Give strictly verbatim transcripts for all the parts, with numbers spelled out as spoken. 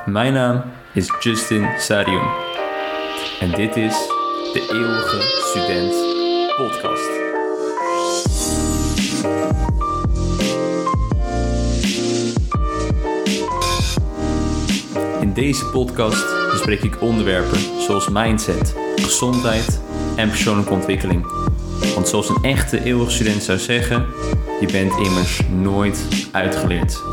Mijn naam is Justin Sarion en dit is de Eeuwige Student Podcast. In deze podcast bespreek ik onderwerpen zoals mindset, gezondheid en persoonlijke ontwikkeling. Want zoals een echte eeuwige student zou zeggen, je bent immers nooit uitgeleerd.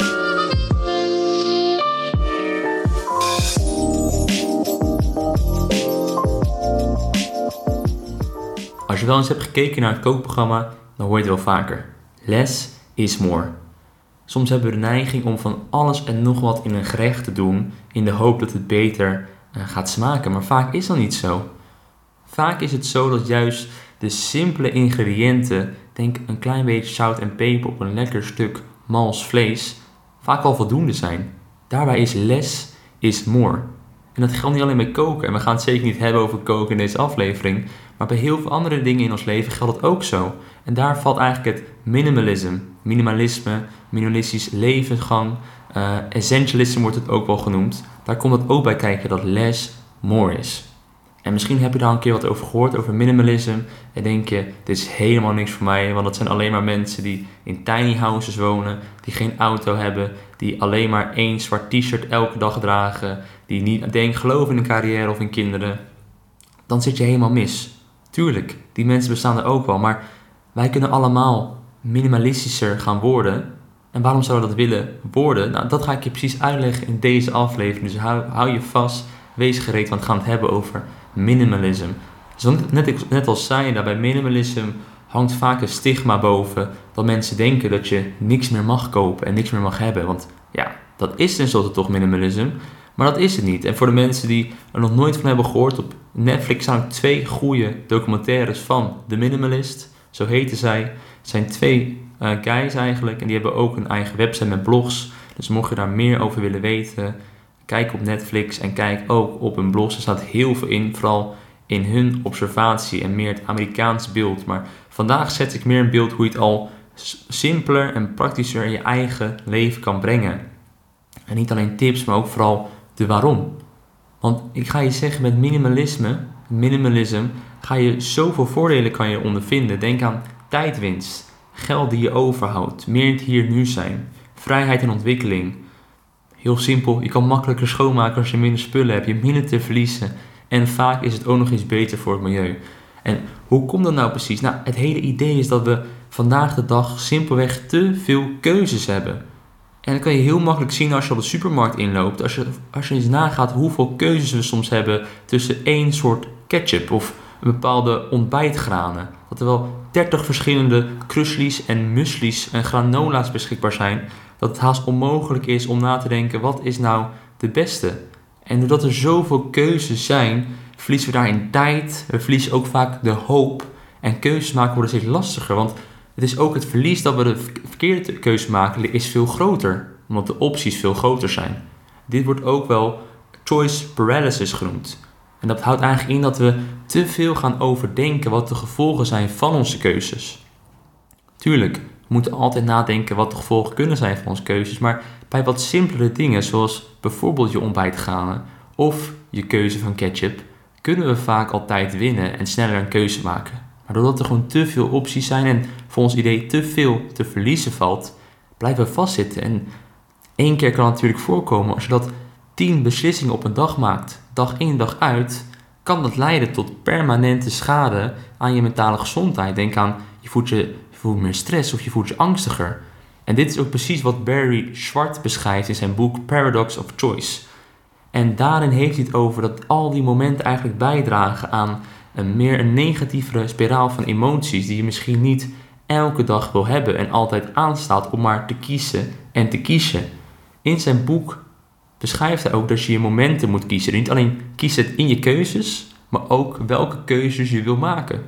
Als je wel eens hebt gekeken naar het kookprogramma, dan hoor je het wel vaker. Less is more. Soms hebben we de neiging om van alles en nog wat in een gerecht te doen, in de hoop dat het beter uh, gaat smaken. Maar vaak is dat niet zo. Vaak is het zo dat juist de simpele ingrediënten, denk een klein beetje zout en peper op een lekker stuk mals vlees, vaak al voldoende zijn. Daarbij is less is more. En dat geldt niet alleen bij koken. En we gaan het zeker niet hebben over koken in deze aflevering. Maar bij heel veel andere dingen in ons leven geldt het ook zo. En daar valt eigenlijk het minimalism, minimalisme, minimalistisch levensgang, uh, essentialism wordt het ook wel genoemd. Daar komt het ook bij kijken dat less more is. En misschien heb je daar een keer wat over gehoord, over minimalism. En denk je, dit is helemaal niks voor mij. Want dat zijn alleen maar mensen die in tiny houses wonen, die geen auto hebben, die alleen maar één zwart t-shirt elke dag dragen, die niet denken, geloven in een carrière of in kinderen. Dan zit je helemaal mis. Tuurlijk, die mensen bestaan er ook wel, maar wij kunnen allemaal minimalistischer gaan worden. En waarom zouden we dat willen worden? Nou, dat ga ik je precies uitleggen in deze aflevering. Dus hou, hou je vast, wees gereed, want we gaan het hebben over minimalism. Zoals ik net, net al zei, dat bij minimalism hangt vaak een stigma boven dat mensen denken dat je niks meer mag kopen en niks meer mag hebben. Want ja, dat is tenslotte toch minimalism. Maar dat is het niet. En voor de mensen die er nog nooit van hebben gehoord, op Netflix staan ook twee goede documentaires van The Minimalist. Zo heten zij. Het zijn twee uh, guys eigenlijk. En die hebben ook een eigen website met blogs. Dus mocht je daar meer over willen weten, kijk op Netflix en kijk ook op hun blogs. Er staat heel veel in, vooral in hun observatie en meer het Amerikaans beeld. Maar vandaag zet ik meer in beeld hoe je het al simpeler en praktischer in je eigen leven kan brengen. En niet alleen tips, maar ook vooral de waarom. Want ik ga je zeggen, met minimalisme, minimalism, ga je zoveel voordelen kan je ondervinden. Denk aan tijdwinst, geld die je overhoudt, meer het hier nu zijn, vrijheid en ontwikkeling. Heel simpel, je kan makkelijker schoonmaken als je minder spullen hebt, je hebt minder te verliezen. En vaak is het ook nog eens beter voor het milieu. En hoe komt dat nou precies? Nou, het hele idee is dat we vandaag de dag simpelweg te veel keuzes hebben. En dat kan je heel makkelijk zien als je op de supermarkt inloopt. Als je, als je eens nagaat hoeveel keuzes we soms hebben tussen één soort ketchup of een bepaalde ontbijtgranen. Dat er wel dertig verschillende krusli's en musli's en granola's beschikbaar zijn. Dat het haast onmogelijk is om na te denken, wat is nou de beste? En doordat er zoveel keuzes zijn, verliezen we daarin tijd. We verliezen ook vaak de hoop. En keuzes maken worden steeds lastiger, want het is ook het verlies dat we de verkeerde keuze maken is veel groter. Omdat de opties veel groter zijn. Dit wordt ook wel choice paralysis genoemd. En dat houdt eigenlijk in dat we te veel gaan overdenken wat de gevolgen zijn van onze keuzes. Tuurlijk, we moeten altijd nadenken wat de gevolgen kunnen zijn van onze keuzes. Maar bij wat simpelere dingen, zoals bijvoorbeeld je ontbijtgranen of je keuze van ketchup, kunnen we vaak altijd winnen en sneller een keuze maken. Maar doordat er gewoon te veel opties zijn en voor ons idee te veel te verliezen valt, blijven we vastzitten. En één keer kan het natuurlijk voorkomen. Als je dat tien beslissingen op een dag maakt, dag in dag uit, kan dat leiden tot permanente schade aan je mentale gezondheid. Denk aan, je voelt, je, je voelt meer stress of je voelt je angstiger. En dit is ook precies wat Barry Schwartz beschrijft in zijn boek Paradox of Choice. En daarin heeft hij het over dat al die momenten eigenlijk bijdragen aan een meer een negatievere spiraal van emoties die je misschien niet elke dag wil hebben en altijd aanstaat om maar te kiezen en te kiezen. In zijn boek beschrijft hij ook dat je je momenten moet kiezen. Niet alleen kiezen in je keuzes, maar ook welke keuzes je wil maken.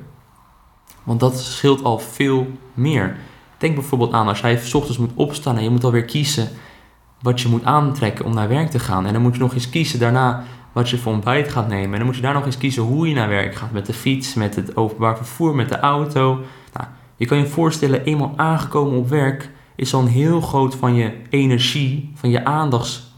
Want dat scheelt al veel meer. Denk bijvoorbeeld aan als jij 's ochtends moet opstaan en je moet alweer kiezen wat je moet aantrekken om naar werk te gaan. En dan moet je nog eens kiezen daarna wat je voor ontbijt gaat nemen. En dan moet je daar nog eens kiezen hoe je naar werk gaat. Met de fiets, met het openbaar vervoer, met de auto. Nou, je kan je voorstellen, eenmaal aangekomen op werk is al een heel groot van je energie, van je aandacht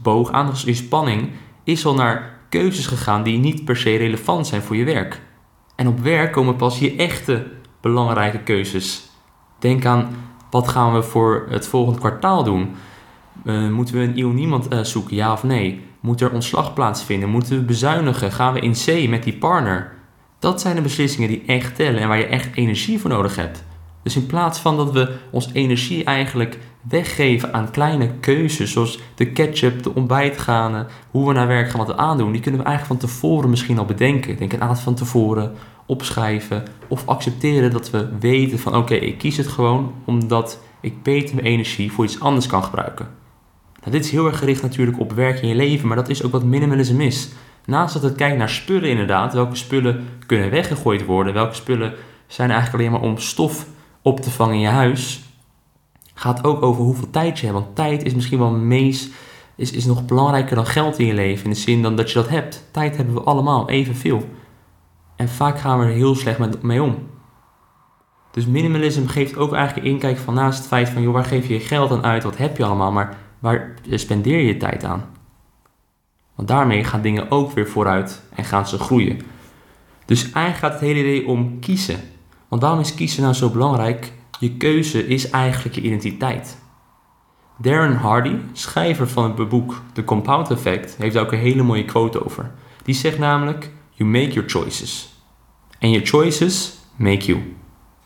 aandachtsboog, aandachtsspanning is al naar keuzes gegaan die niet per se relevant zijn voor je werk. En op werk komen pas je echte belangrijke keuzes. Denk aan, wat gaan we voor het volgende kwartaal doen? Uh, moeten we een nieuw niemand uh, zoeken, ja of nee? Moet er ontslag plaatsvinden? Moeten we bezuinigen? Gaan we in zee met die partner? Dat zijn de beslissingen die echt tellen en waar je echt energie voor nodig hebt. Dus in plaats van dat we ons energie eigenlijk weggeven aan kleine keuzes, zoals de ketchup, de ontbijtgranen, hoe we naar werk gaan, wat we aandoen, die kunnen we eigenlijk van tevoren misschien al bedenken. Denk een aantal van tevoren, opschrijven of accepteren dat we weten van oké, okay, ik kies het gewoon omdat ik beter mijn energie voor iets anders kan gebruiken. Nou, dit is heel erg gericht natuurlijk op werk in je leven, maar dat is ook wat minimalisme is. Naast dat het kijkt naar spullen inderdaad, welke spullen kunnen weggegooid worden, welke spullen zijn eigenlijk alleen maar om stof op te vangen in je huis, gaat ook over hoeveel tijd je hebt. Want tijd is misschien wel meest, is, is nog belangrijker dan geld in je leven, in de zin dan dat je dat hebt. Tijd hebben we allemaal evenveel. En vaak gaan we er heel slecht met, mee om. Dus minimalisme geeft ook eigenlijk een inkijk van naast het feit van, joh, waar geef je je geld aan uit, wat heb je allemaal, maar waar spendeer je je tijd aan? Want daarmee gaan dingen ook weer vooruit en gaan ze groeien. Dus eigenlijk gaat het hele idee om kiezen. Want waarom is kiezen nou zo belangrijk? Je keuze is eigenlijk je identiteit. Darren Hardy, schrijver van het boek The Compound Effect, heeft daar ook een hele mooie quote over. Die zegt namelijk, you make your choices. And your choices make you.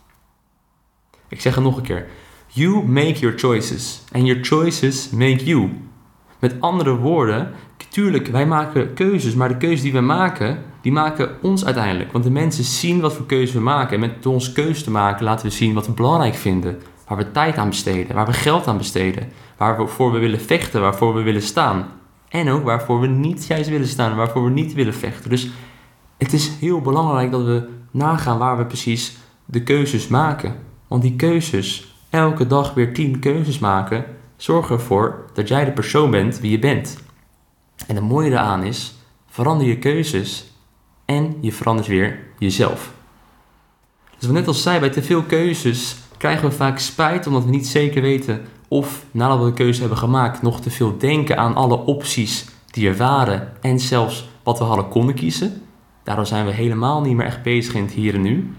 Ik zeg het nog een keer. You make your choices. And your choices make you. Met andere woorden, tuurlijk, wij maken keuzes, maar de keuzes die we maken, die maken ons uiteindelijk. Want de mensen zien wat voor keuzes we maken. En met door ons keuze te maken laten we zien wat we belangrijk vinden. Waar we tijd aan besteden, waar we geld aan besteden. Waarvoor we willen vechten, waarvoor we willen staan. En ook waarvoor we niet juist willen staan, waarvoor we niet willen vechten. Dus het is heel belangrijk dat we nagaan waar we precies de keuzes maken. Want die keuzes, elke dag weer tien keuzes maken, zorgen ervoor dat jij de persoon bent wie je bent. En het mooie daaraan is, verander je keuzes en je verandert weer jezelf. Dus wat net al zei, bij te veel keuzes krijgen we vaak spijt omdat we niet zeker weten of nadat we de keuze hebben gemaakt nog te veel denken aan alle opties die er waren en zelfs wat we hadden konden kiezen. Daardoor zijn we helemaal niet meer echt bezig in het hier en nu.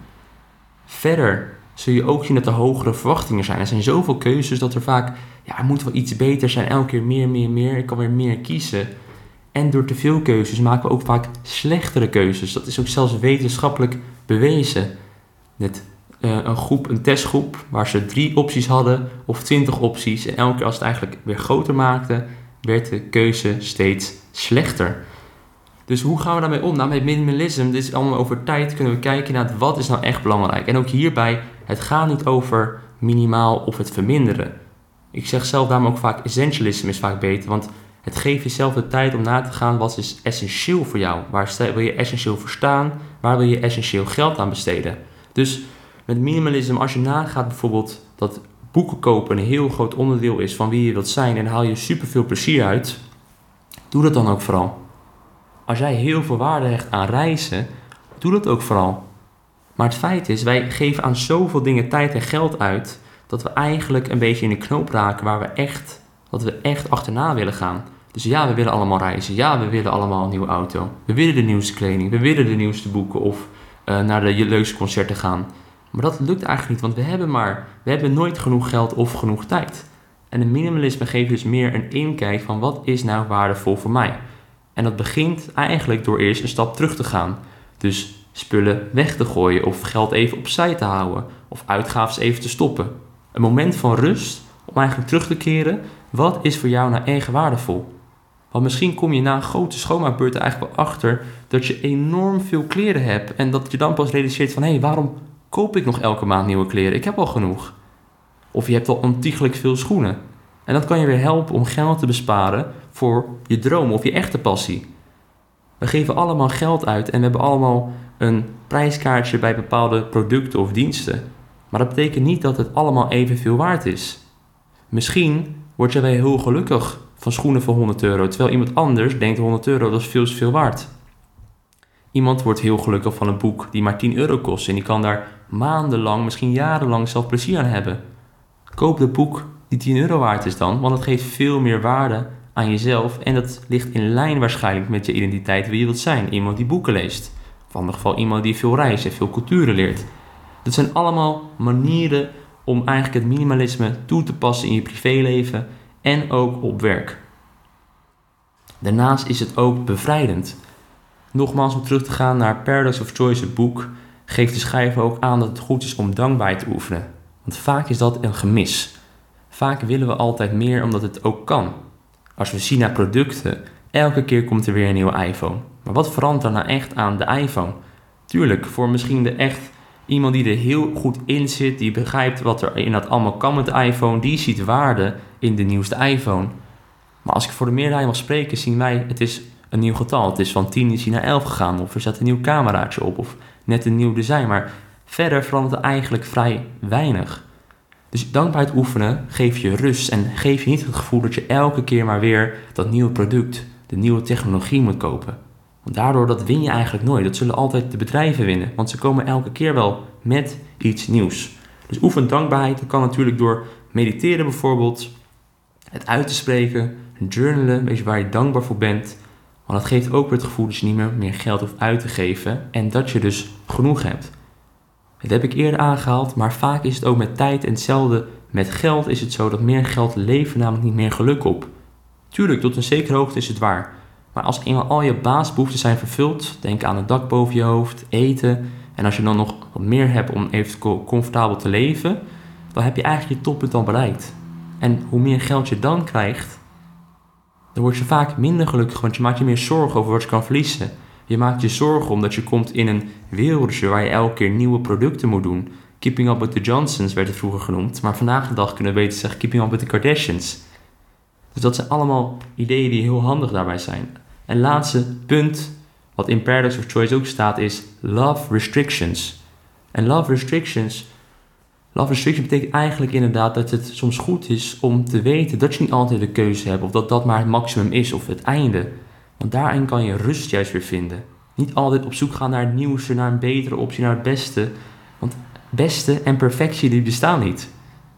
Verder zul je ook zien dat er hogere verwachtingen zijn. Er zijn zoveel keuzes dat er vaak, ja, er moet wel iets beter zijn. Elke keer meer, meer, meer. Ik kan weer meer kiezen. En door te veel keuzes maken we ook vaak slechtere keuzes. Dat is ook zelfs wetenschappelijk bewezen. Net uh, een groep, een testgroep, waar ze drie opties hadden of twintig opties. En elke keer als het eigenlijk weer groter maakte, werd de keuze steeds slechter. Dus hoe gaan we daarmee om? Nou, met minimalisme, dit is allemaal over tijd, kunnen we kijken naar wat is nou echt belangrijk. En ook hierbij, het gaat niet over minimaal of het verminderen. Ik zeg zelf daarom ook vaak, essentialisme is vaak beter, want het geeft jezelf de tijd om na te gaan wat is essentieel voor jou. Waar wil je essentieel voor staan? Waar wil je essentieel geld aan besteden? Dus met minimalisme, als je nagaat bijvoorbeeld dat boeken kopen een heel groot onderdeel is van wie je wilt zijn en haal je superveel plezier uit, doe dat dan ook vooral. Als jij heel veel waarde hecht aan reizen, doe dat ook vooral. Maar het feit is, wij geven aan zoveel dingen tijd en geld uit, dat we eigenlijk een beetje in de knoop raken waar we echt, dat we echt achterna willen gaan. Dus ja, we willen allemaal reizen. Ja, we willen allemaal een nieuwe auto. We willen de nieuwste kleding. We willen de nieuwste boeken of uh, naar de leukste concerten gaan. Maar dat lukt eigenlijk niet, want we hebben maar, we hebben nooit genoeg geld of genoeg tijd. En het minimalisme geeft dus meer een inkijk van wat is nou waardevol voor mij. En dat begint eigenlijk door eerst een stap terug te gaan. Dus spullen weg te gooien of geld even opzij te houden of uitgaven even te stoppen. Een moment van rust om eigenlijk terug te keren, wat is voor jou nou erg waardevol? Want misschien kom je na een grote schoonmaakbeurt er eigenlijk wel achter dat je enorm veel kleren hebt en dat je dan pas realiseert van hé, hey, waarom koop ik nog elke maand nieuwe kleren? Ik heb al genoeg. Of je hebt al ontiegelijk veel schoenen. En dat kan je weer helpen om geld te besparen voor je droom of je echte passie. We geven allemaal geld uit en we hebben allemaal een prijskaartje bij bepaalde producten of diensten. Maar dat betekent niet dat het allemaal evenveel waard is. Misschien word je wel heel gelukkig van schoenen voor honderd euro, terwijl iemand anders denkt honderd euro, dat is veel te veel waard. Iemand wordt heel gelukkig van een boek die maar tien euro kost en die kan daar maandenlang, misschien jarenlang zelf plezier aan hebben. Koop het boek die tien euro waard is dan, want het geeft veel meer waarde aan jezelf. En dat ligt in lijn waarschijnlijk met je identiteit wie je wilt zijn. Iemand die boeken leest. Of in ieder geval iemand die veel reist en veel culturen leert. Dat zijn allemaal manieren om eigenlijk het minimalisme toe te passen in je privéleven en ook op werk. Daarnaast is het ook bevrijdend. Nogmaals, om terug te gaan naar Paradox of Choice, het boek, geeft de schrijver ook aan dat het goed is om dankbaarheid te oefenen. Want vaak is dat een gemis. Vaak willen we altijd meer omdat het ook kan. Als we zien naar producten, elke keer komt er weer een nieuwe iPhone. Maar wat verandert er nou echt aan de iPhone? Tuurlijk, voor misschien de echt iemand die er heel goed in zit, die begrijpt wat er in dat allemaal kan met de iPhone, die ziet waarde in de nieuwste iPhone. Maar als ik voor de meerderheid mag spreken, zien wij, het is een nieuw getal. Het is van tien is hij naar elf gegaan, of er zat een nieuw cameraatje op, of net een nieuw design. Maar verder verandert er eigenlijk vrij weinig. Dus dankbaarheid oefenen geeft je rust en geeft je niet het gevoel dat je elke keer maar weer dat nieuwe product, de nieuwe technologie moet kopen. Want daardoor, dat win je eigenlijk nooit. Dat zullen altijd de bedrijven winnen, want ze komen elke keer wel met iets nieuws. Dus oefen dankbaarheid, dat kan natuurlijk door mediteren bijvoorbeeld, het uit te spreken, journalen, weet je waar je dankbaar voor bent. Want dat geeft ook weer het gevoel dat je niet meer, meer geld hoeft uit te geven en dat je dus genoeg hebt. Dat heb ik eerder aangehaald, maar vaak is het ook met tijd en hetzelfde met geld is het zo dat meer geld levert namelijk niet meer geluk op. Tuurlijk, tot een zekere hoogte is het waar. Maar als eenmaal al je basisbehoeften zijn vervuld, denk aan een dak boven je hoofd, eten, en als je dan nog wat meer hebt om even comfortabel te leven, dan heb je eigenlijk je toppunt al bereikt. En hoe meer geld je dan krijgt, dan word je vaak minder gelukkig, want je maakt je meer zorgen over wat je kan verliezen. Je maakt je zorgen omdat je komt in een wereldje waar je elke keer nieuwe producten moet doen. Keeping up with the Johnsons werd het vroeger genoemd, maar vandaag de dag kunnen we beter zeggen Keeping up with the Kardashians. Dus dat zijn allemaal ideeën die heel handig daarbij zijn. En laatste punt, wat in Paradox of Choice ook staat, is love restrictions. En love restrictions, love restrictions betekent eigenlijk inderdaad dat het soms goed is om te weten dat je niet altijd de keuze hebt, of dat dat maar het maximum is, of het einde. Want daarin kan je rust juist weer vinden. Niet altijd op zoek gaan naar het nieuwste, naar een betere optie, naar het beste. Want beste en perfectie die bestaan niet.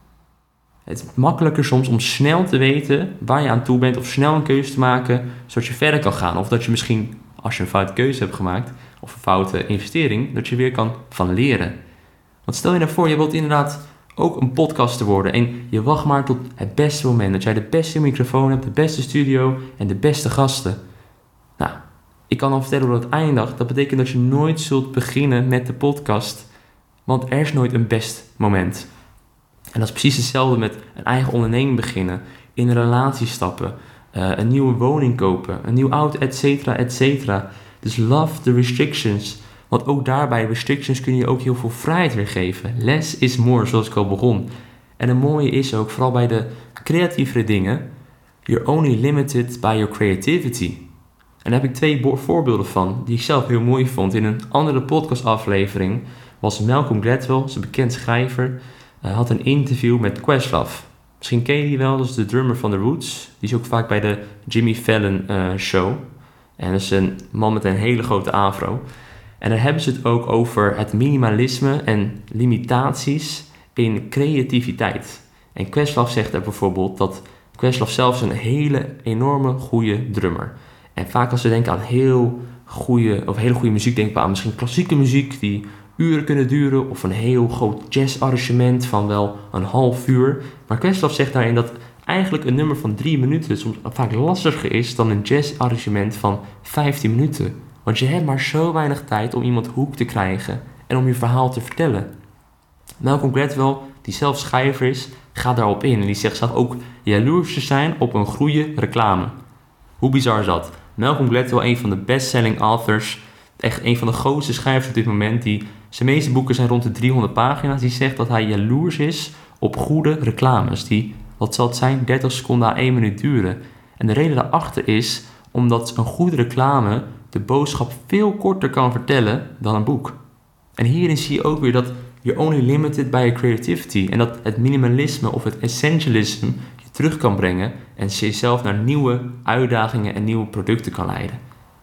Het is makkelijker soms om snel te weten waar je aan toe bent of snel een keuze te maken, zodat je verder kan gaan. Of dat je misschien, als je een foute keuze hebt gemaakt, of een foute investering, dat je weer kan van leren. Want stel je nou voor, je wilt inderdaad ook een podcaster worden en je wacht maar tot het beste moment, dat jij de beste microfoon hebt, de beste studio en de beste gasten. Nou, ik kan al vertellen hoe dat eindigt. Dat betekent dat je nooit zult beginnen met de podcast, want er is nooit een best moment. En dat is precies hetzelfde met een eigen onderneming beginnen, in een relatie stappen, uh, een nieuwe woning kopen, een nieuw auto, et cetera, et cetera. Dus love the restrictions, want ook daarbij, restrictions kun je ook heel veel vrijheid weer geven. Less is more, zoals ik al begon. En het mooie is ook, vooral bij de creatievere dingen, you're only limited by your creativity. En daar heb ik twee bo- voorbeelden van, die ik zelf heel mooi vond. In een andere podcastaflevering was Malcolm Gladwell, zijn bekend schrijver, uh, had een interview met Questlove. Misschien ken je die wel, dat is de drummer van The Roots. Die is ook vaak bij de Jimmy Fallon uh, show. En dat is een man met een hele grote afro. En daar hebben ze het ook over het minimalisme en limitaties in creativiteit. En Questlove zegt er bijvoorbeeld dat Questlove zelf is een hele enorme goede drummer. En vaak als we denken aan heel goede, of hele goede muziek, denken we aan misschien klassieke muziek die uren kunnen duren, of een heel groot jazzarrangement van wel een half uur. Maar Questlove zegt daarin dat eigenlijk een nummer van drie minuten soms vaak lastiger is dan een jazzarrangement van vijftien minuten. Want je hebt maar zo weinig tijd om iemand hoek te krijgen en om je verhaal te vertellen. Malcolm Gladwell, die zelf schrijver is, gaat daarop in. En die zegt zelf ook jaloers te zijn op een goede reclame. Hoe bizar is dat? Malcolm Gladwell, een van de best-selling authors, echt een van de grootste schrijvers op dit moment, die zijn meeste boeken zijn rond de driehonderd pagina's, die zegt dat hij jaloers is op goede reclames, die, wat zal het zijn, dertig seconden à één minuut duren. En de reden daarachter is omdat een goede reclame de boodschap veel korter kan vertellen dan een boek. En hierin zie je ook weer dat you're only limited by your creativity en dat het minimalisme of het essentialism je terug kan brengen en jezelf naar nieuwe uitdagingen en nieuwe producten kan leiden.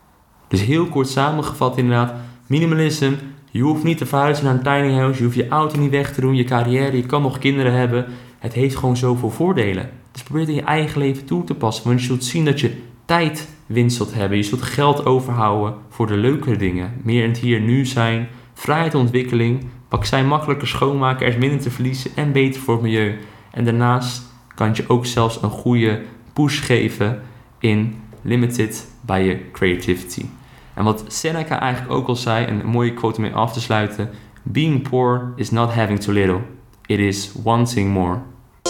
Dus heel kort samengevat inderdaad, minimalisme, je hoeft niet te verhuizen naar een tiny house, je hoeft je auto niet weg te doen, je carrière, je kan nog kinderen hebben. Het heeft gewoon zoveel voordelen. Dus probeer het in je eigen leven toe te passen. Want je zult zien dat je tijd winst zult hebben. Je zult geld overhouden voor de leukere dingen. Meer in het hier en nu zijn. Vrijheid en ontwikkeling. Vaccin makkelijker schoonmaken. Er is minder te verliezen en beter voor het milieu. En daarnaast kan het je ook zelfs een goede push geven in limited by your creativity. En wat Seneca eigenlijk ook al zei, en een mooie quote om mee af te sluiten. Being poor is not having too little. It is wanting more.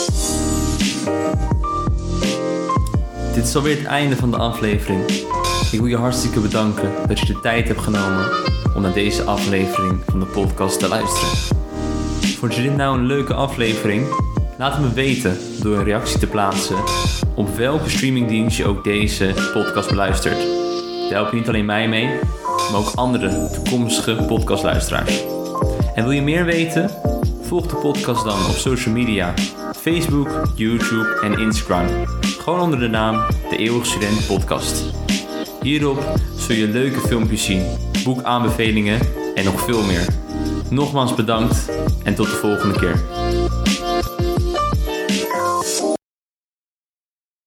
Dit is alweer het einde van de aflevering. Ik wil je hartstikke bedanken dat je de tijd hebt genomen om naar deze aflevering van de podcast te luisteren. Vond je dit nou een leuke aflevering? Laat het me weten door een reactie te plaatsen op welke streamingdienst je ook deze podcast beluistert. Daar help je niet alleen mij mee, maar ook andere toekomstige podcastluisteraars. En wil je meer weten? Volg de podcast dan op social media, Facebook, YouTube en Instagram. Gewoon onder de naam De Eeuwige Student Podcast. Hierop zul je leuke filmpjes zien, boekaanbevelingen en nog veel meer. Nogmaals bedankt en tot de volgende keer.